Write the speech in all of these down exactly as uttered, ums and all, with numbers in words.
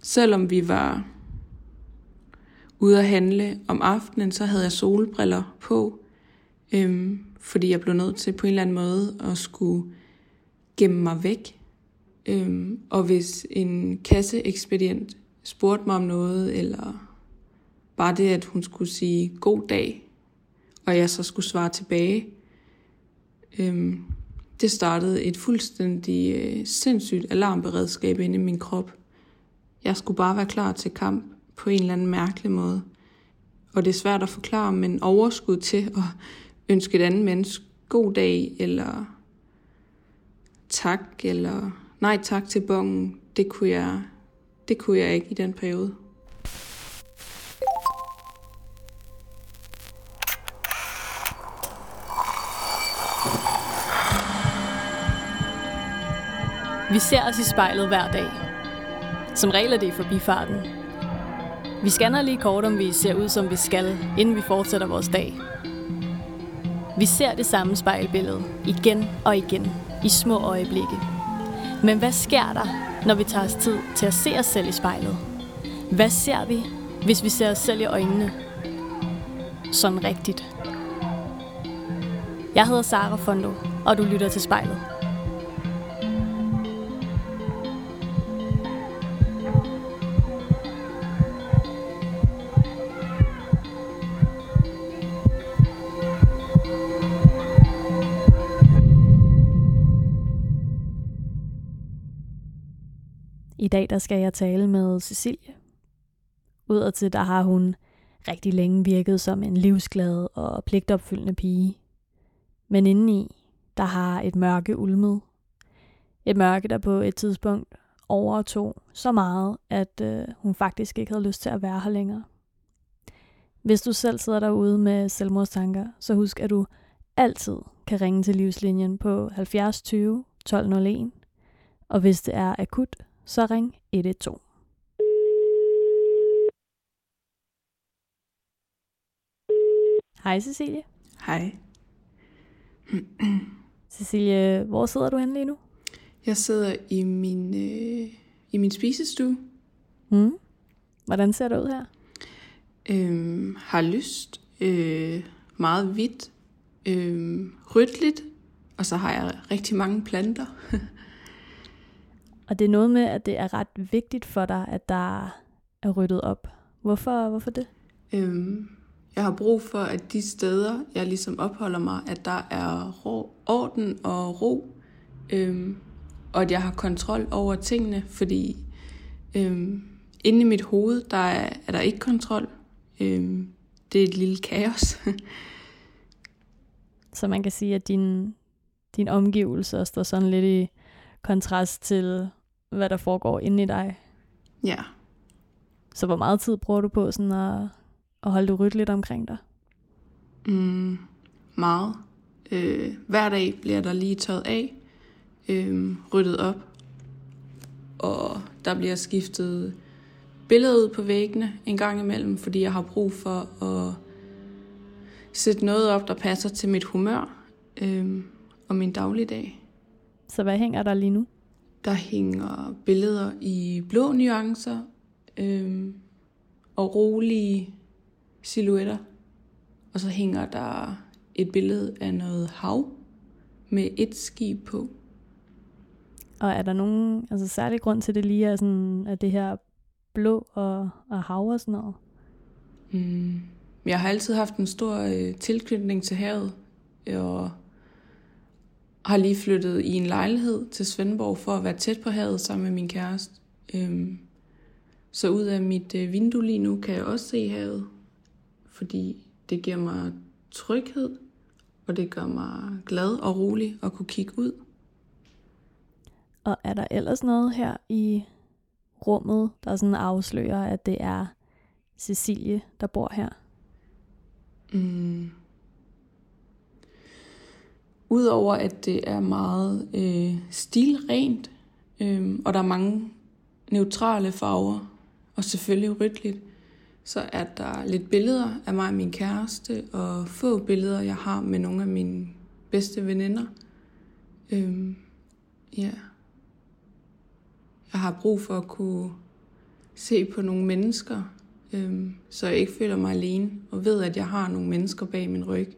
selvom vi var ude at handle om aftenen, så havde jeg solbriller på, øhm, fordi jeg blev nødt til på en eller anden måde at skulle gemme mig væk. Øhm, og hvis en kasseekspedient spurgte mig om noget, eller bare det, at hun skulle sige god dag, og jeg så skulle svare tilbage, øhm, det startede et fuldstændig øh, sindssygt alarmberedskab inde i min krop. Jeg skulle bare være klar til kamp på en eller anden mærkelig måde. Og det er svært at forklare, men overskud til at ønske et andet menneske god dag, eller tak, eller nej tak til bongen, det kunne jeg, det kunne jeg ikke i den periode. Vi ser os i spejlet hver dag. Som regel er det i forbifarten. Vi scanner lige kort, om vi ser ud, som vi skal, inden vi fortsætter vores dag. Vi ser det samme spejlbillede igen og igen i små øjeblikke. Men hvad sker der, når vi tager os tid til at se os selv i spejlet? Hvad ser vi, hvis vi ser os selv i øjnene? Sådan rigtigt. Jeg hedder Sara Fondo, og du lytter til Spejlet. I dag der skal jeg tale med Cecilie. Udadtil der har hun rigtig længe virket som en livsglad og pligtopfyldende pige. Men indeni, der har et mørke ulmet. Et mørke, der på et tidspunkt overtog så meget, at øh, hun faktisk ikke havde lyst til at være her længere. Hvis du selv sidder derude med selvmordstanker, så husk, at du altid kan ringe til Livslinjen på halvfjerds tyve tolv nul en. Og hvis det er akut, så ring et et to. Hej Cecilie. Hej. Cecilie, hvor sidder du henne lige nu? Jeg sidder i min, øh, i min spisestue. Mm. Hvordan ser det ud her? Øhm, har lyst. Øh, meget hvidt. Øh, rødligt. Og så har jeg rigtig mange planter. Og det er noget med, at det er ret vigtigt for dig, at der er ryddet op. Hvorfor, hvorfor det? Øhm, jeg har brug for, at de steder, jeg ligesom opholder mig, at der er ro, orden og ro. Øhm, og at jeg har kontrol over tingene, fordi øhm, inde i mit hoved, der er, er der ikke kontrol. Øhm, det er et lille kaos. Så man kan sige, at din, din omgivelser står sådan lidt i kontrast til, hvad der foregår inde i dig. Ja. Så hvor meget tid bruger du på sådan at, at holde det ryddeligt omkring dig? Mm, meget. Øh, hver dag bliver der lige tørret af, øh, ryddet op, og der bliver skiftet billeder ud på væggene en gang imellem, fordi jeg har brug for at sætte noget op, der passer til mit humør øh, og min dagligdag. Så hvad hænger der lige nu? Der hænger billeder i blå nuancer øhm, og rolige silhuetter. Og så hænger der et billede af noget hav med et skib på. Og er der nogen altså særlig grund til, det lige er sådan, at det her blå og, og hav og sådan noget? Mm. Jeg har altid haft en stor øh, tilknytning til havet, og har lige flyttet i en lejlighed til Svendborg for at være tæt på havet sammen med min kæreste. Øhm, så ud af mit øh, vindue lige nu kan jeg også se havet, fordi det giver mig tryghed, og det gør mig glad og rolig at kunne kigge ud. Og er der ellers noget her i rummet, der sådan afslører, at det er Cecilie, der bor her? Mm. Udover at det er meget øh, stilrent, øh, og der er mange neutrale farver, og selvfølgelig rødligt, så er der lidt billeder af mig og min kæreste, og få billeder, jeg har med nogle af mine bedste veninder. Øh, ja. Jeg har brug for at kunne se på nogle mennesker, øh, så jeg ikke føler mig alene, og ved, at jeg har nogle mennesker bag min ryg.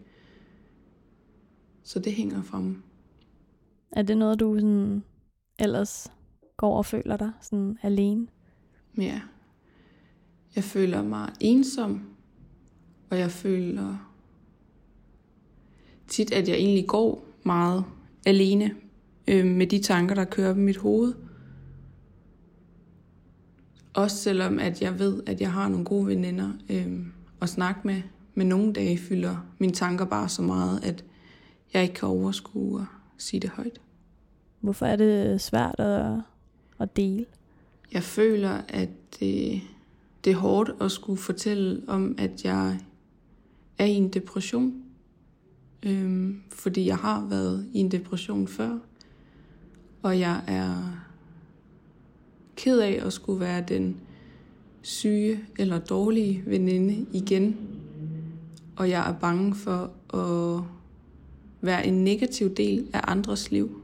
Så det hænger fremme. Er det noget, du sådan ellers går og føler dig sådan alene? Ja. Jeg føler mig ensom, og jeg føler tit, at jeg egentlig går meget alene øh, med de tanker, der kører op i mit hoved. Også selvom at jeg ved, at jeg har nogle gode veninder øh, at snakke med. Men nogle dage fylder mine tanker bare så meget, at jeg ikke kan overskue at sige det højt. Hvorfor er det svært at, at dele? Jeg føler, at det, det er hårdt at skulle fortælle om, at jeg er i en depression. Øhm, fordi jeg har været i en depression før. Og jeg er ked af at skulle være den syge eller dårlige veninde igen. Og jeg er bange for at være en negativ del af andres liv.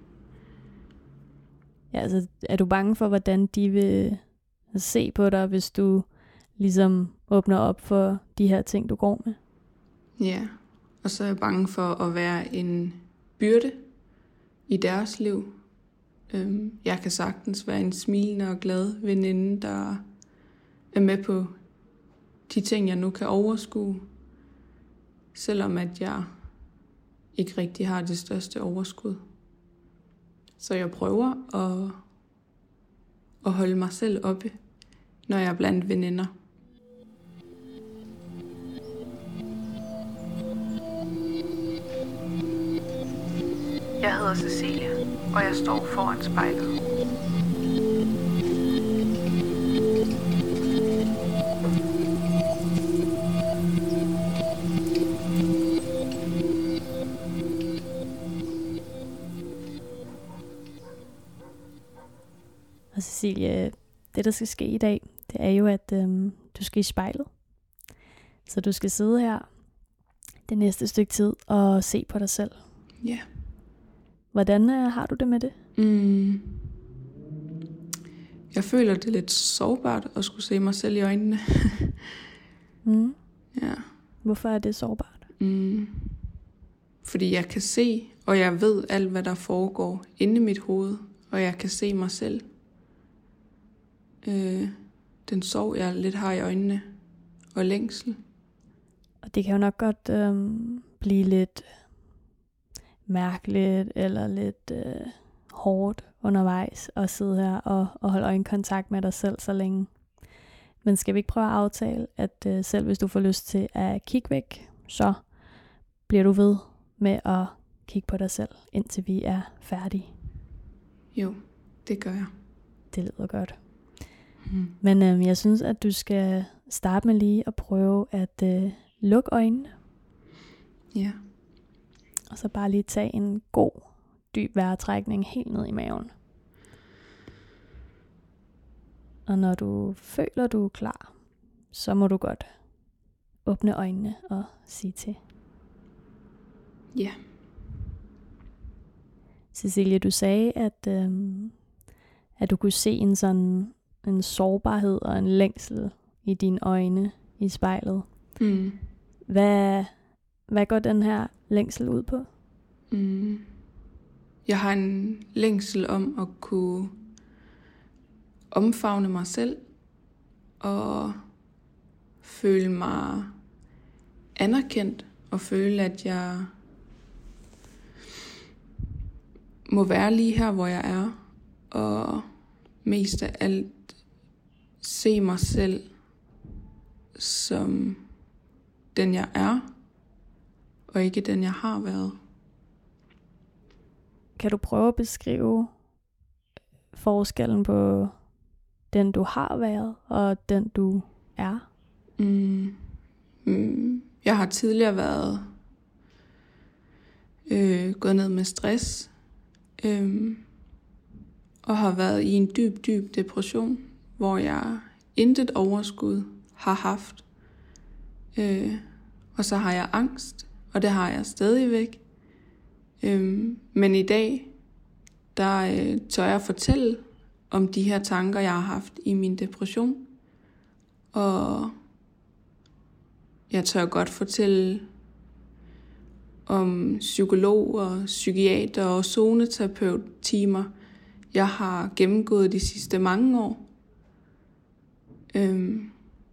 Ja, altså, er du bange for, hvordan de vil se på dig, hvis du ligesom åbner op for de her ting, du går med? Ja, og så er jeg bange for at være en byrde i deres liv. Jeg kan sagtens være en smilende og glad veninde, der er med på de ting, jeg nu kan overskue. Selvom at jeg ikke rigtig har det største overskud. Så jeg prøver at, at holde mig selv oppe, når jeg er blandt veninder. Jeg hedder Cecilie, og jeg står foran spejlet. Og Cecilie, det der skal ske i dag, det er jo, at øhm, du skal i spejlet. Så du skal sidde her det næste stykke tid og se på dig selv. Ja. Yeah. Hvordan øh, har du det med det? Mm. Jeg føler, det er lidt sårbart at skulle se mig selv i øjnene. mm. Ja. Hvorfor er det sårbart? Mm. Fordi jeg kan se, og jeg ved alt, hvad der foregår inde i mit hoved, og jeg kan se mig selv. Øh, den sorg, jeg lidt har i øjnene, og længsel. Og det kan jo nok godt øh, blive lidt mærkeligt, eller lidt øh, hårdt undervejs, at sidde her og, og holde øjenkontakt med dig selv så længe. Men skal vi ikke prøve at aftale, at øh, selv hvis du får lyst til at kigge væk, så bliver du ved med at kigge på dig selv, indtil vi er færdige? Jo, det gør jeg. Det lyder godt. Hmm. Men øh, jeg synes, at du skal starte med lige at prøve at øh, lukke øjnene. Ja. Og så bare lige tage en god, dyb vejrtrækning helt ned i maven. Og når du føler, du er klar, så må du godt åbne øjnene og sige til. Ja. Cecilie, du sagde, at, øhm, at du kunne se en sådan en sårbarhed og en længsel i dine øjne i spejlet. Mm. Hvad, hvad går den her længsel ud på? Mm. Jeg har en længsel om at kunne omfavne mig selv og føle mig anerkendt og føle, at jeg må være lige her, hvor jeg er, og mest af alt se mig selv som den, jeg er, og ikke den, jeg har været. Kan du prøve at beskrive forskellen på den, du har været, og den, du er? Mm. Mm. Jeg har tidligere været øh, gået ned med stress, øh, og har været i en dyb, dyb depression, hvor jeg intet overskud har haft. Øh, og så har jeg angst, og det har jeg stadigvæk. Øh, men i dag, der øh, tør jeg fortælle om de her tanker, jeg har haft i min depression. Og jeg tør godt fortælle om psykologer, psykiater og zoneterapeut-timer, jeg har gennemgået de sidste mange år. Øhm,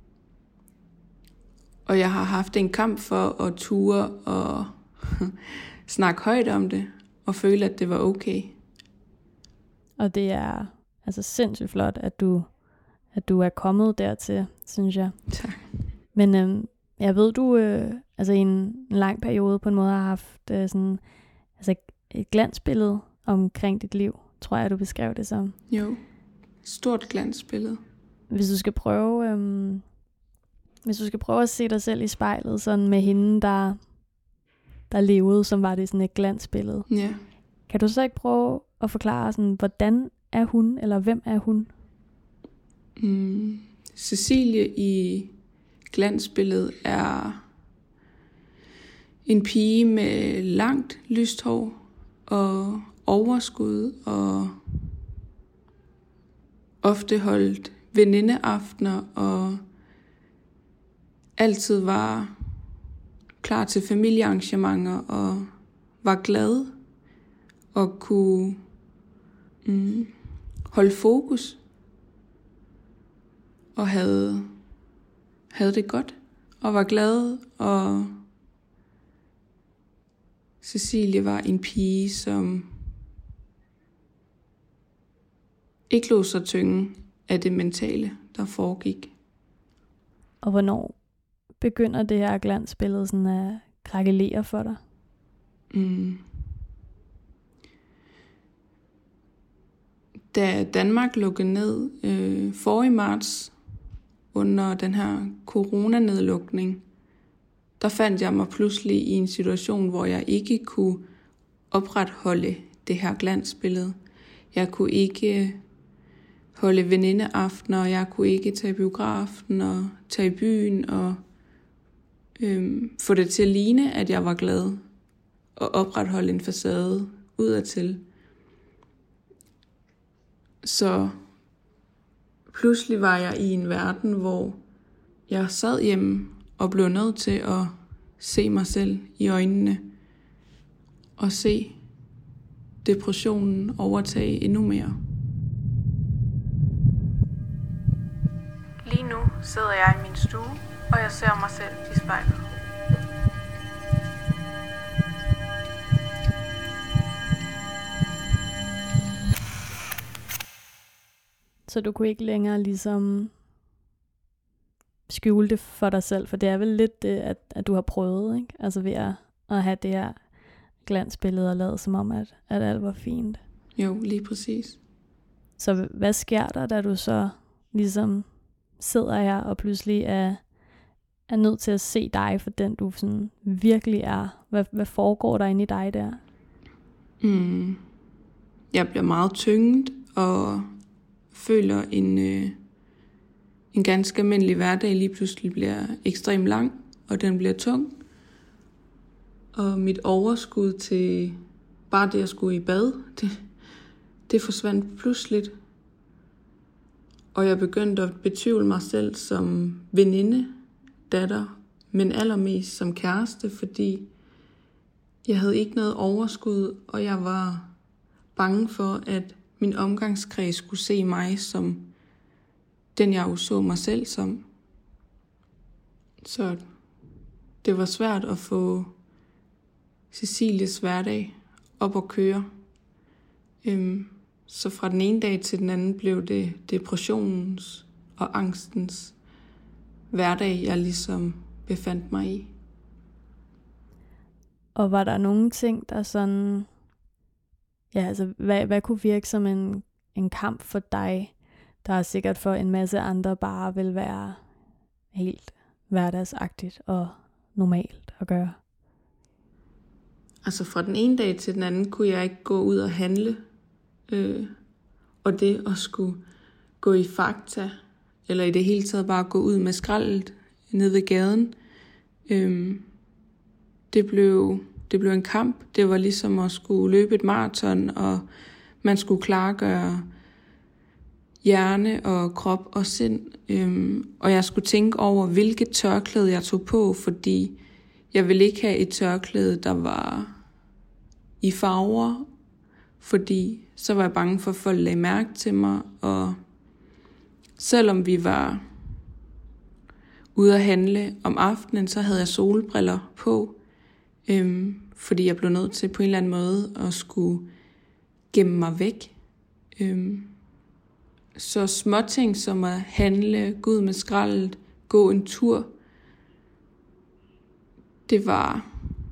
og jeg har haft en kamp for at ture og snakke højt om det, og føle, at det var okay. Og det er altså sindssygt flot, at du, at du er kommet dertil, synes jeg. Tak. Men øhm, jeg ved, du øh, altså i en, en lang periode på en måde har haft øh, sådan, altså et glansbillede omkring dit liv, tror jeg, du beskrev det som. Jo, stort glansbillede. Hvis du skal prøve, øhm, hvis du skal prøve at se dig selv i spejlet, sådan med hende, der, der levede, som var det sådan et glansbillede. Ja. Kan du så ikke prøve at forklare, sådan, hvordan er hun, eller hvem er hun? Mm. Cecilie i glansbilledet er en pige med langt lyst hår og overskud og ofte holdt venindeaftener og altid var klar til familiearrangementer og var glad og kunne mm, holde fokus og havde, havde det godt og var glad. Og Cecilie var en pige, som ikke lå sig tynge af det mentale, der foregik. Og hvornår begynder det her glansbillede sådan at krakelere for dig? Mm. Da Danmark lukkede ned øh, forrige marts under den her coronanedlukning, der fandt jeg mig pludselig i en situation, hvor jeg ikke kunne opretholde det her glansbillede. Jeg kunne ikke holde venindeaftener, og jeg kunne ikke tage i biografen og tage i byen og øhm, få det til at ligne, at jeg var glad og opretholde en facade udadtil. Så pludselig var jeg i en verden, hvor jeg sad hjemme og blev nødt til at se mig selv i øjnene og se depressionen overtage endnu mere. Lige nu sidder jeg i min stue, og jeg ser mig selv i spejlet. Så du kunne ikke længere ligesom skjule det for dig selv, for det er vel lidt det, at, at du har prøvet, ikke? Altså ved at, at have det her glansbillede og lade som om, at, at alt var fint. Jo, lige præcis. Så hvad sker der, da du så ligesom sidder her og pludselig er, er nødt til at se dig for den, du sådan virkelig er? Hvad, hvad foregår der inde i dig der? Mm. Jeg bliver meget tynget og føler en, øh, en ganske almindelig hverdag lige pludselig bliver ekstremt lang, og den bliver tung. Og mit overskud til bare det at skulle i bad, det, det forsvandt pludseligt. Og jeg begyndte at betvivle mig selv som veninde, datter, men allermest som kæreste, fordi jeg havde ikke noget overskud, og jeg var bange for, at min omgangskreds skulle se mig som den, jeg jo så mig selv som. Så det var svært at få Cecilies hverdag op at køre. Øhm, så fra den ene dag til den anden blev det depressionens og angstens hverdag, jeg ligesom befandt mig i. Og var der nogle ting, der sådan, ja, altså, hvad, hvad kunne virke som en, en kamp for dig, der er sikkert for en masse andre bare vil være helt hverdagsagtigt og normalt at gøre? Altså fra den ene dag til den anden kunne jeg ikke gå ud og handle. Øh, og det at skulle gå i Fakta, eller i det hele taget bare gå ud med skraldet ned ved gaden, øh, det blev, det blev en kamp. Det var ligesom at skulle løbe et maraton, og man skulle klargøre hjerne og krop og sind. Øhm, og jeg skulle tænke over, hvilket tørklæde jeg tog på, fordi jeg ville ikke have et tørklæde, der var i farver, fordi så var jeg bange for, at folk lagde mærke til mig. Og selvom vi var ude at handle om aftenen, så havde jeg solbriller på, øhm, fordi jeg blev nødt til på en eller anden måde at skulle gemme mig væk. Øhm, så småting som at handle, gå ud med skraldet, gå en tur, det var,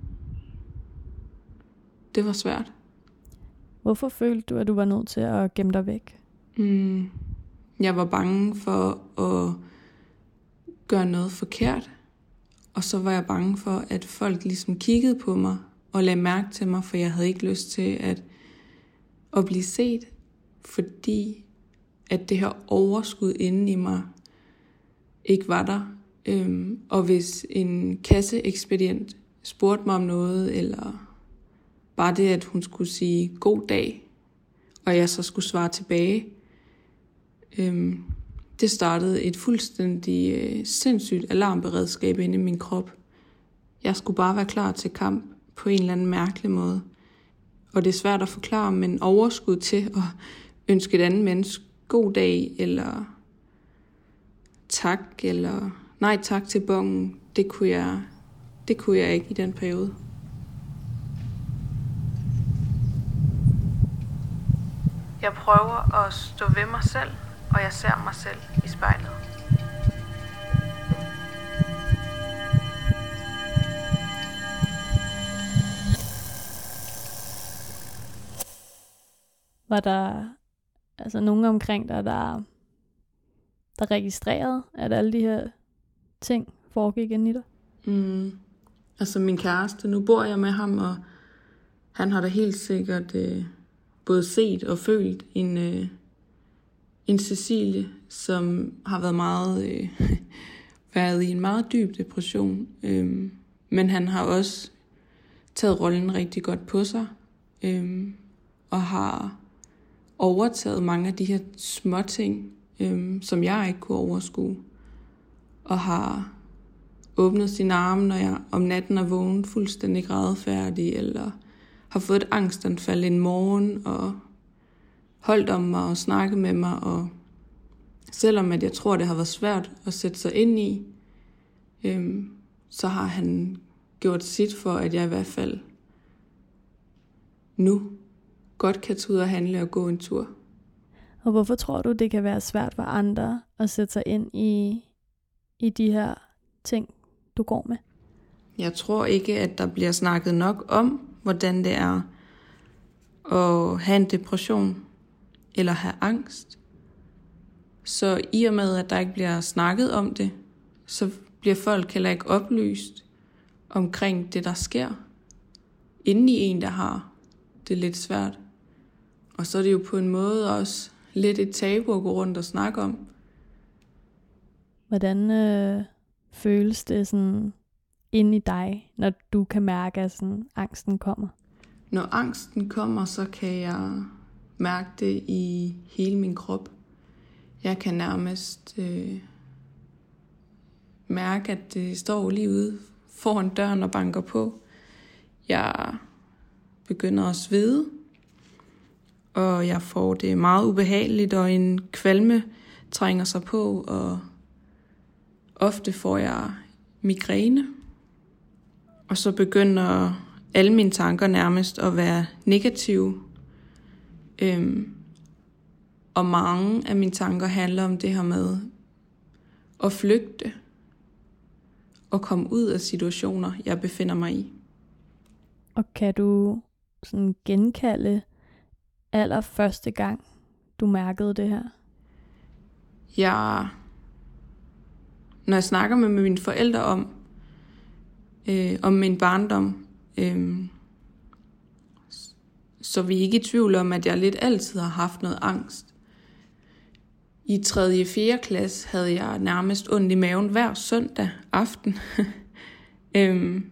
det var svært. Hvorfor følte du, at du var nødt til at gemme dig væk? Mm, jeg var bange for at gøre noget forkert, og så var jeg bange for, at folk ligesom kiggede på mig og lagde mærke til mig, for jeg havde ikke lyst til at, at blive set, fordi at det her overskud inde i mig ikke var der. Øhm, og hvis en kasseekspedient spurgte mig om noget, eller bare det, at hun skulle sige god dag, og jeg så skulle svare tilbage, øhm, det startede et fuldstændig øh, sindssygt alarmberedskab inde i min krop. Jeg skulle bare være klar til kamp på en eller anden mærkelig måde. Og det er svært at forklare, men overskud til at ønske et andet menneske god dag, eller tak, eller nej tak til bongen, det kunne jeg, det kunne jeg ikke i den periode. Jeg prøver at stå ved mig selv, og jeg ser mig selv i spejlet. Var der altså nogen omkring dig, der, der registrerede, at alle de her ting foregik inde i dig? Mm. Altså min kæreste, nu bor jeg med ham, og han har da helt sikkert øh, både set og følt en, øh, en Cecilie, som har været meget øh, været i en meget dyb depression. Øh, men han har også taget rollen rigtig godt på sig, øh, og har overtaget mange af de her små ting, øh, som jeg ikke kunne overskue, og har åbnet sine arme, når jeg om natten er vågen fuldstændig grædefærdig, eller har fået et angstanfald en morgen, og holdt om mig og snakket med mig, og selvom at jeg tror, det har været svært at sætte sig ind i, øhm, så har han gjort sit for, at jeg i hvert fald nu godt kan tage ud og handle og gå en tur. Og hvorfor tror du, det kan være svært for andre at sætte sig ind i, i de her ting, du går med? Jeg tror ikke, at der bliver snakket nok om, hvordan det er at have en depression eller have angst. Så i og med, at der ikke bliver snakket om det, så bliver folk heller ikke oplyst omkring det, der sker inde i en, der har det lidt svært. Og så er det jo på en måde også lidt et tabu at gå rundt og snakke om. Hvordan øh, føles det sådan inde i dig, når du kan mærke, at sådan, angsten kommer? Når angsten kommer, så kan jeg mærke det i hele min krop. Jeg kan nærmest øh, mærke, at det står lige ude foran døren og banker på. Jeg begynder at svede, og jeg får det meget ubehageligt, og en kvalme trænger sig på, og ofte får jeg migræne. Og så begynder alle mine tanker nærmest at være negative. Øhm, og mange af mine tanker handler om det her med at flygte og komme ud af situationer, jeg befinder mig i. Og kan du sådan genkalde allerførste gang, du mærkede det her? Jeg, når jeg snakker med mine forældre om, øh, om min barndom, øh, så er vi ikke i tvivl om, at jeg lidt altid har haft noget angst. I tredje og fjerde klasse havde jeg nærmest ondt i maven hver søndag aften. øhm,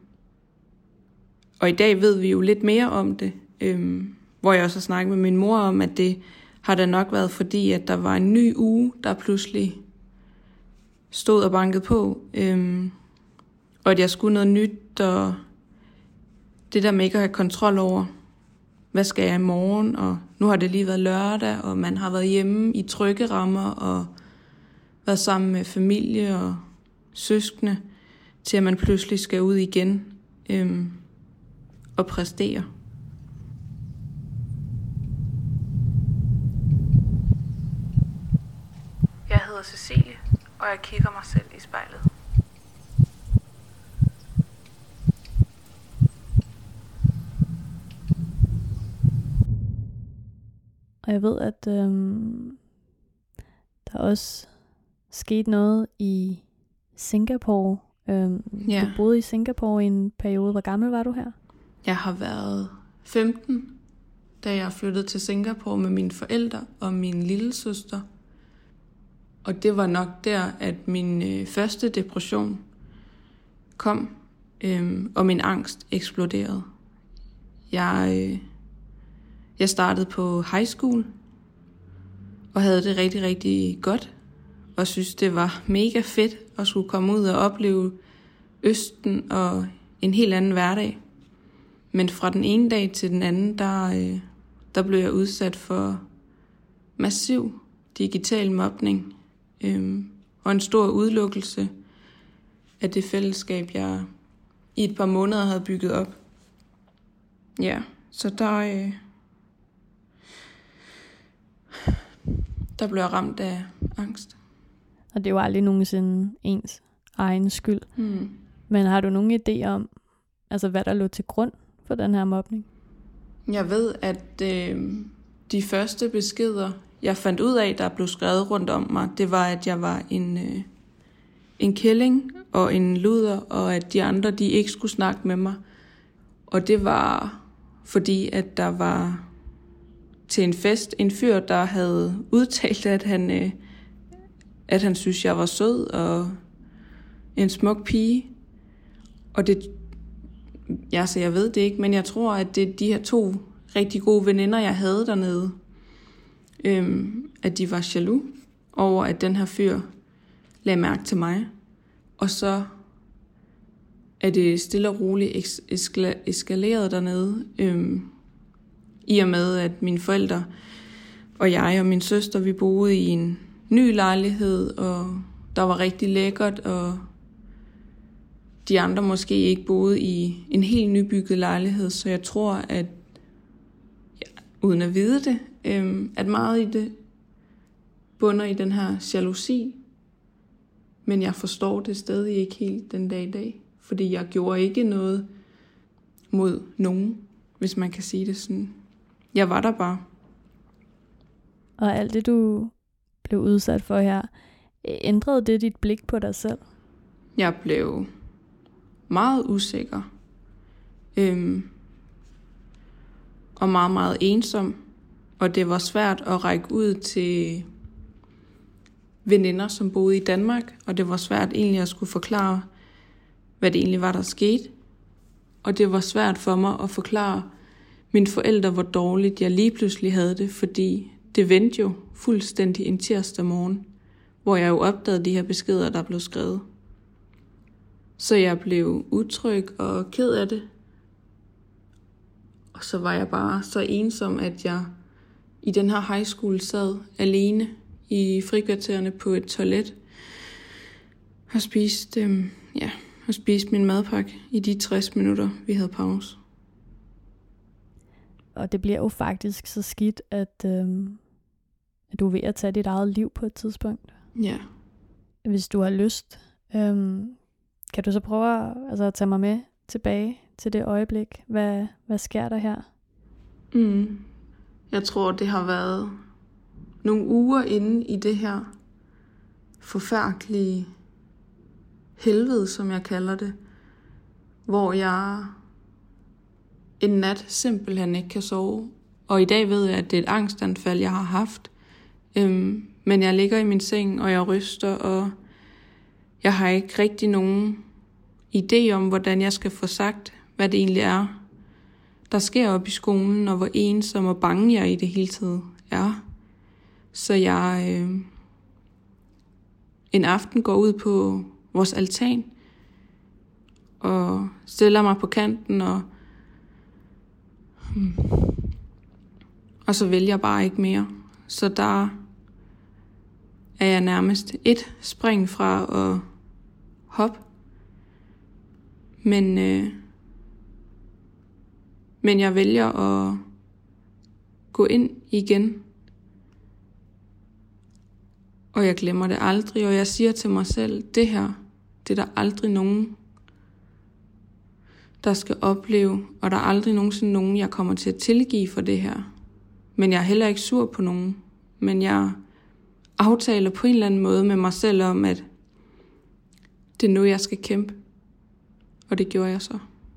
og i dag ved vi jo lidt mere om det, øhm, hvor jeg også har snakket med min mor om, at det har det nok været fordi, at der var en ny uge, der pludselig stod og bankede på. Øhm, og at jeg skulle noget nyt, og det der med ikke at have kontrol over, hvad skal jeg i morgen, og nu har det lige været lørdag, og man har været hjemme i trygge rammer, og været sammen med familie og søskende, til at man pludselig skal ud igen øhm, og præstere. Jeg hedder Cecilie, og jeg kigger mig selv i spejlet. Og jeg ved, at øhm, der også skete noget i Singapore. Øhm, Ja. Du boede i Singapore i en periode. Hvor gammel var du her? Jeg har været femten, da jeg flyttede til Singapore med mine forældre og min lille søster. Og det var nok der, at min øh, første depression kom, øh, og min angst eksploderede. Jeg, øh, jeg startede på high school, og havde det rigtig, rigtig godt, og synes det var mega fedt at skulle komme ud og opleve Østen og en helt anden hverdag. Men fra den ene dag til den anden, der, øh, der blev jeg udsat for massiv digital mobning, øh, og en stor udelukkelse af det fællesskab, jeg i et par måneder havde bygget op. Ja, så der, øh, der blev jeg ramt af angst. Og det er jo aldrig nogensinde ens egen skyld. Hmm. Men har du nogen idé om, altså hvad der lå til grund for den her mobning? Jeg ved, at øh, de første beskeder, jeg fandt ud af, der blev skrevet rundt om mig, det var, at jeg var en, øh, en kælling og en luder, og at de andre, de ikke skulle snakke med mig. Og det var fordi, at der var til en fest en fyr, der havde udtalt, at han, øh, at han synes, jeg var sød og en smuk pige. Og det, ja, så jeg ved det ikke, men jeg tror, at det er de her to rigtig gode veninder, jeg havde dernede, øhm, at de var jaloux over, at den her fyr lagde mærke til mig. Og så er det stille og roligt eskala- eskaleret dernede, øhm, i og med, at mine forældre og jeg og min søster, vi boede i en ny lejlighed, og der var rigtig lækkert, og de andre måske ikke boede i en helt nybygget lejlighed, så jeg tror, at ja, uden at vide det, øhm, at meget i det bunder i den her jalousi, men jeg forstår det stadig ikke helt den dag i dag, fordi jeg gjorde ikke noget mod nogen, hvis man kan sige det sådan. Jeg var der bare. Og alt det, du blev udsat for her, ændrede det dit blik på dig selv? Jeg blev meget usikker. Øhm, og meget, meget ensom. Og det var svært at række ud til veninder, som boede i Danmark. Og det var svært egentlig at skulle forklare, hvad det egentlig var, der skete. Og det var svært for mig at forklare mine forældre, hvor dårligt jeg lige pludselig havde det, fordi det vendte jo fuldstændig en tirsdag morgen, hvor jeg jo opdagede de her beskeder, der blev skrevet. Så jeg blev utryg og ked af det. Og så var jeg bare så ensom, at jeg i den her high school sad alene i frikvartererne på et toilet og spiste, øhm, ja, og spiste min madpakke i de tres minutter, vi havde pause. Og det bliver jo faktisk så skidt, at, øhm, at du er ved at tage dit eget liv på et tidspunkt. Ja. Hvis du har lyst, øhm, kan du så prøve at, altså, at tage mig med tilbage til det øjeblik? Hvad, hvad sker der her? Mm. Jeg tror, det har været nogle uger inde i det her forfærdelige helvede, som jeg kalder det, hvor jeg en nat simpelthen ikke kan sove. Og i dag ved jeg, at det er et angstanfald, jeg har haft. Øhm, men jeg ligger i min seng, og jeg ryster, og jeg har ikke rigtig nogen idé om, hvordan jeg skal få sagt, hvad det egentlig er, der sker op i skolen, og hvor ensom og bange jeg i det hele taget er. Så jeg øh, en aften går ud på vores altan og stiller mig på kanten, og, hmm, og så vælger jeg bare ikke mere. Så der er jeg nærmest et spring fra at hoppe. Men, øh, men jeg vælger at gå ind igen. Og jeg glemmer det aldrig, og jeg siger til mig selv, det her, det er der aldrig nogen, der skal opleve, og der er aldrig nogensinde nogen, jeg kommer til at tilgive for det her. Men jeg er heller ikke sur på nogen. Men jeg aftaler på en eller anden måde med mig selv om, at det er nu, jeg skal kæmpe. Og det gjorde jeg så.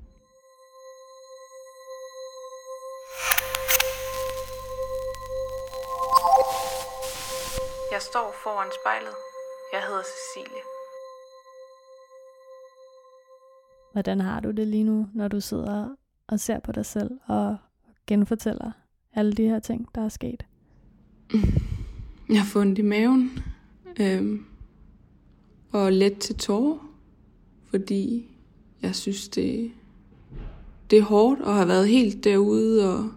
Jeg står foran spejlet. Jeg hedder Cecilie. Hvordan har du det lige nu, når du sidder og ser på dig selv og genfortæller alle de her ting, der er sket? Jeg har fundet i maven. Øhm, og let til tårer. Fordi jeg synes, det, det er hårdt at have været helt derude. Og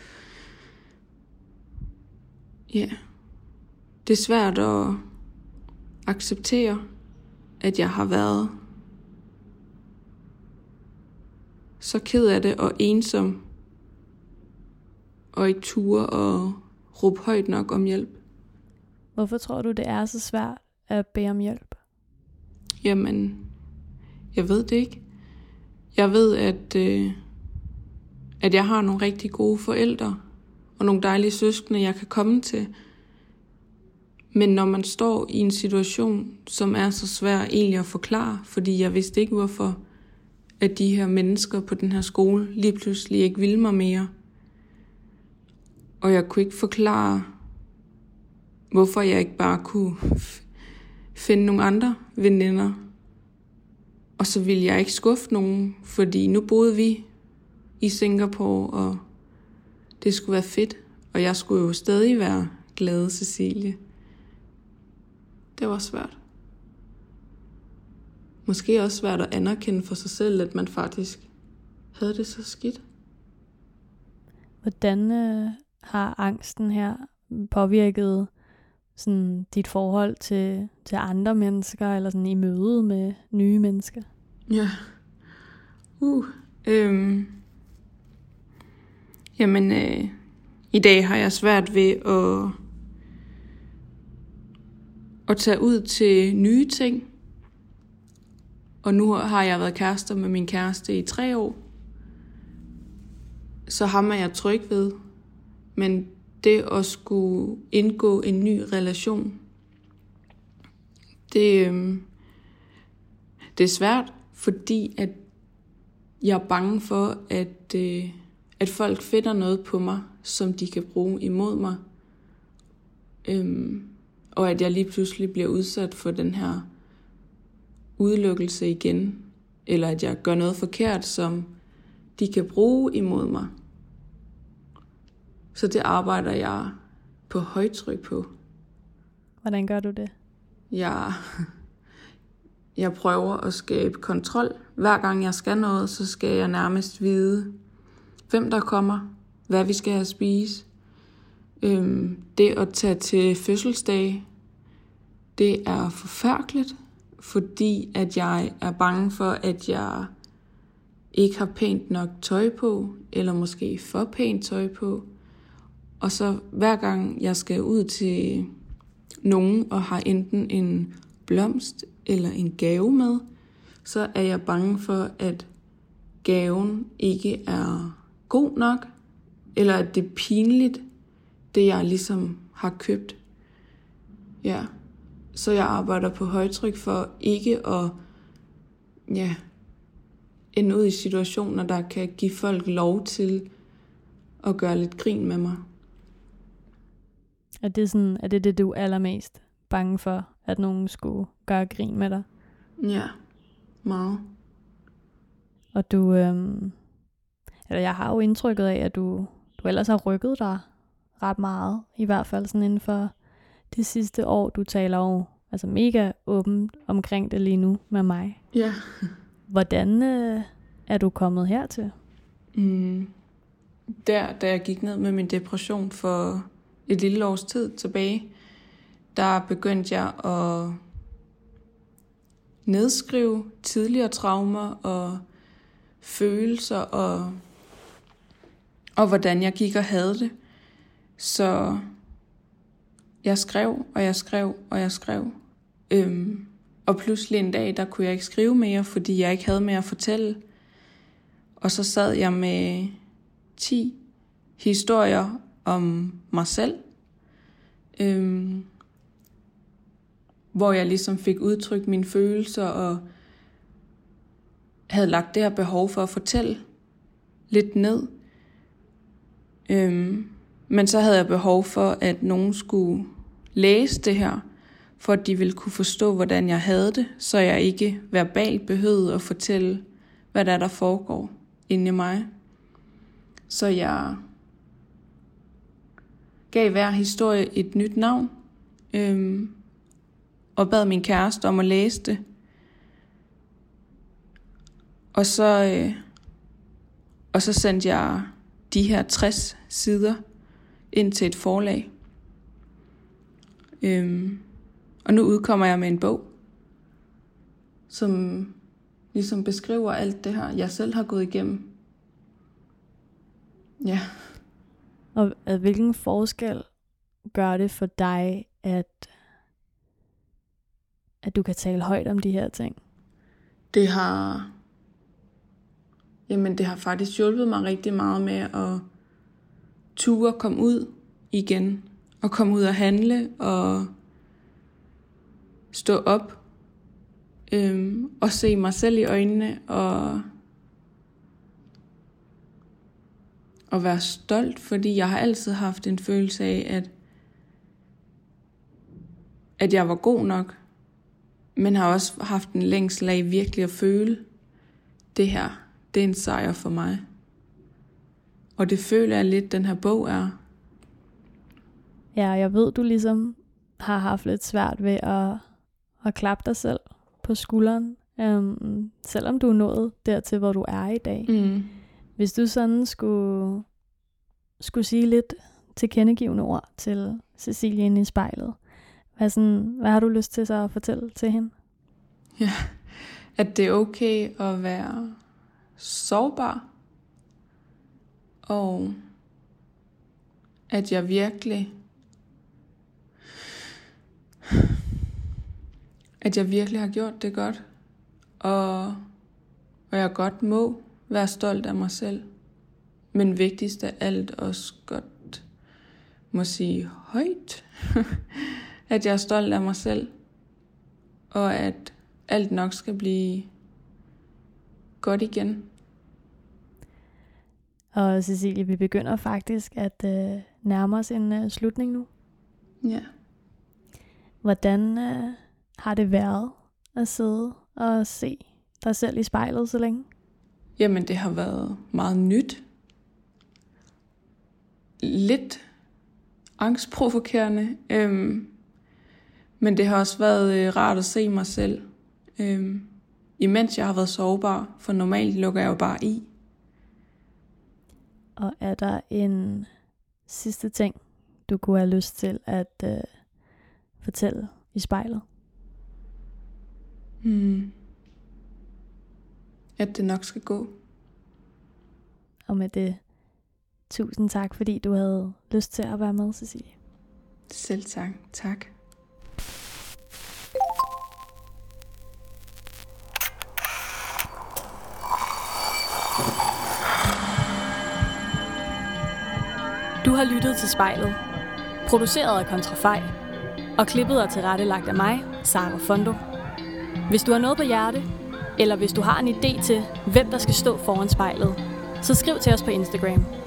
ja, det er svært at acceptere, at jeg har været så ked af det og ensom, og ikke ture og råbe højt nok om hjælp. Hvorfor tror du, det er så svært at bede om hjælp? Jamen, jeg ved det ikke. Jeg ved, at, øh, at jeg har nogle rigtig gode forældre, og nogle dejlige søskende, jeg kan komme til. Men når man står i en situation, som er så svær egentlig at forklare, fordi jeg vidste ikke, hvorfor at de her mennesker på den her skole lige pludselig ikke ville mig mere. Og jeg kunne ikke forklare, hvorfor jeg ikke bare kunne f- finde nogle andre veninder. Og så ville jeg ikke skuffe nogen, fordi nu boede vi i Singapore, og det skulle være fedt. Og jeg skulle jo stadig være glad, Cecilie. Det var svært. Måske også svært at anerkende for sig selv, at man faktisk havde det så skidt. Hvordan øh, har angsten her påvirket sådan, dit forhold til, til andre mennesker, eller sådan i møde med nye mennesker? Ja. Uh. Øhm. Jamen, øh, i dag har jeg svært ved at, at tage ud til nye ting. Og nu har jeg været kærester med min kæreste i tre år. Så ham er jeg tryg ved. Men det at skulle indgå en ny relation, det, øh, det er svært, fordi at jeg er bange for, at, øh, at folk finder noget på mig, som de kan bruge imod mig. Øhm, og at jeg lige pludselig bliver udsat for den her udelukkelse igen, eller at jeg gør noget forkert, som de kan bruge imod mig. Så det arbejder jeg på højtryk på. Hvordan gør du det? Jeg, jeg prøver at skabe kontrol. Hver gang jeg skal noget, så skal jeg nærmest vide, hvem der kommer, hvad vi skal have at spise. Øhm, det at tage til fødselsdag, det er forfærdeligt, fordi at jeg er bange for, at jeg ikke har pænt nok tøj på, eller måske for pænt tøj på. Og så hver gang jeg skal ud til nogen og har enten en blomst eller en gave med, så er jeg bange for, at gaven ikke er god nok, eller at det er pinligt, det jeg ligesom har købt. Ja. Så jeg arbejder på højtryk for ikke at ja, ende ud i situationer, der kan give folk lov til at gøre lidt grin med mig. Er det, sådan, er det det, du er allermest bange for, at nogen skulle gøre grin med dig? Ja, meget. Og du, øhm, eller jeg har jo indtrykket af, at du, du ellers har rykket dig ret meget, i hvert fald sådan inden for det sidste år, du taler over, altså mega åbent omkring det lige nu med mig. Ja. Hvordan øh, er du kommet hertil? Mm. Der, da jeg gik ned med min depression for et lille års tid tilbage, der begyndte jeg at nedskrive tidligere traumer og følelser og, og hvordan jeg gik og havde det. Så jeg skrev, og jeg skrev, og jeg skrev. Øhm, og pludselig en dag, der kunne jeg ikke skrive mere, fordi jeg ikke havde mere at fortælle. Og så sad jeg med ti historier om mig selv, øhm, hvor jeg ligesom fik udtrykt mine følelser og havde lagt det her behov for at fortælle lidt ned. Øhm, men så havde jeg behov for, at nogen skulle læse det her, for at de ville kunne forstå, hvordan jeg havde det, så jeg ikke verbalt behøvede at fortælle, hvad der er, der foregår inde i mig. Så jeg gav hver historie et nyt navn, øhm, og bad min kæreste om at læse det. Og så, øh, og så sendte jeg de her tres sider ind til et forlag. Øhm, og nu udkommer jeg med en bog, som ligesom beskriver alt det her, jeg selv har gået igennem. Ja. Og hvilken forskel gør det for dig, at, at du kan tale højt om de her ting? Det har, jamen det har faktisk hjulpet mig rigtig meget med at ture komme ud igen. Og komme ud og handle og stå op. Øhm, og se mig selv i øjnene og og være stolt, fordi jeg har altid haft en følelse af, at, at jeg var god nok, men har også haft en længsel af virkelig at føle, det her, det er en sejr for mig. Og det føler jeg lidt, den her bog er. Ja, jeg ved, du ligesom har haft lidt svært ved at, at klappe dig selv på skulderen, øhm, selvom du er nået dertil, hvor du er i dag. Mm. Hvis du sådan skulle, skulle sige lidt tilkendegivende ord til Cecilie inde i spejlet, hvad, sådan, hvad har du lyst til så at fortælle til hende? Ja, at det er okay at være sårbar, og at jeg virkelig, at jeg virkelig har gjort det godt, og, og jeg godt må være stolt af mig selv. Men vigtigst af alt også godt må sige højt, at jeg er stolt af mig selv, og at alt nok skal blive godt igen. Og Cecilie, vi begynder faktisk at øh, nærme os en øh, slutning nu. Ja. Hvordan øh, har det været at sidde og se dig selv i spejlet så længe? Jamen, det har været meget nyt. Lidt angstprovokerende. Øhm, men det har også været øh, rart at se mig selv. Øhm, imens jeg har været sårbar, for normalt lukker jeg jo bare i. Og er der en sidste ting, du kunne have lyst til at øh, fortælle i spejlet? Hmm. At det nok skal gå. Og med det, tusind tak, fordi du havde lyst til at være med, Cecilie. Selv tak. Tak. Du har lyttet til Spejlet, produceret af Kontrafej, og klippet og tilrettelagt af mig, Sara Fondo. Hvis du har noget på hjerte, eller hvis du har en idé til, hvem der skal stå foran spejlet, så skriv til os på Instagram.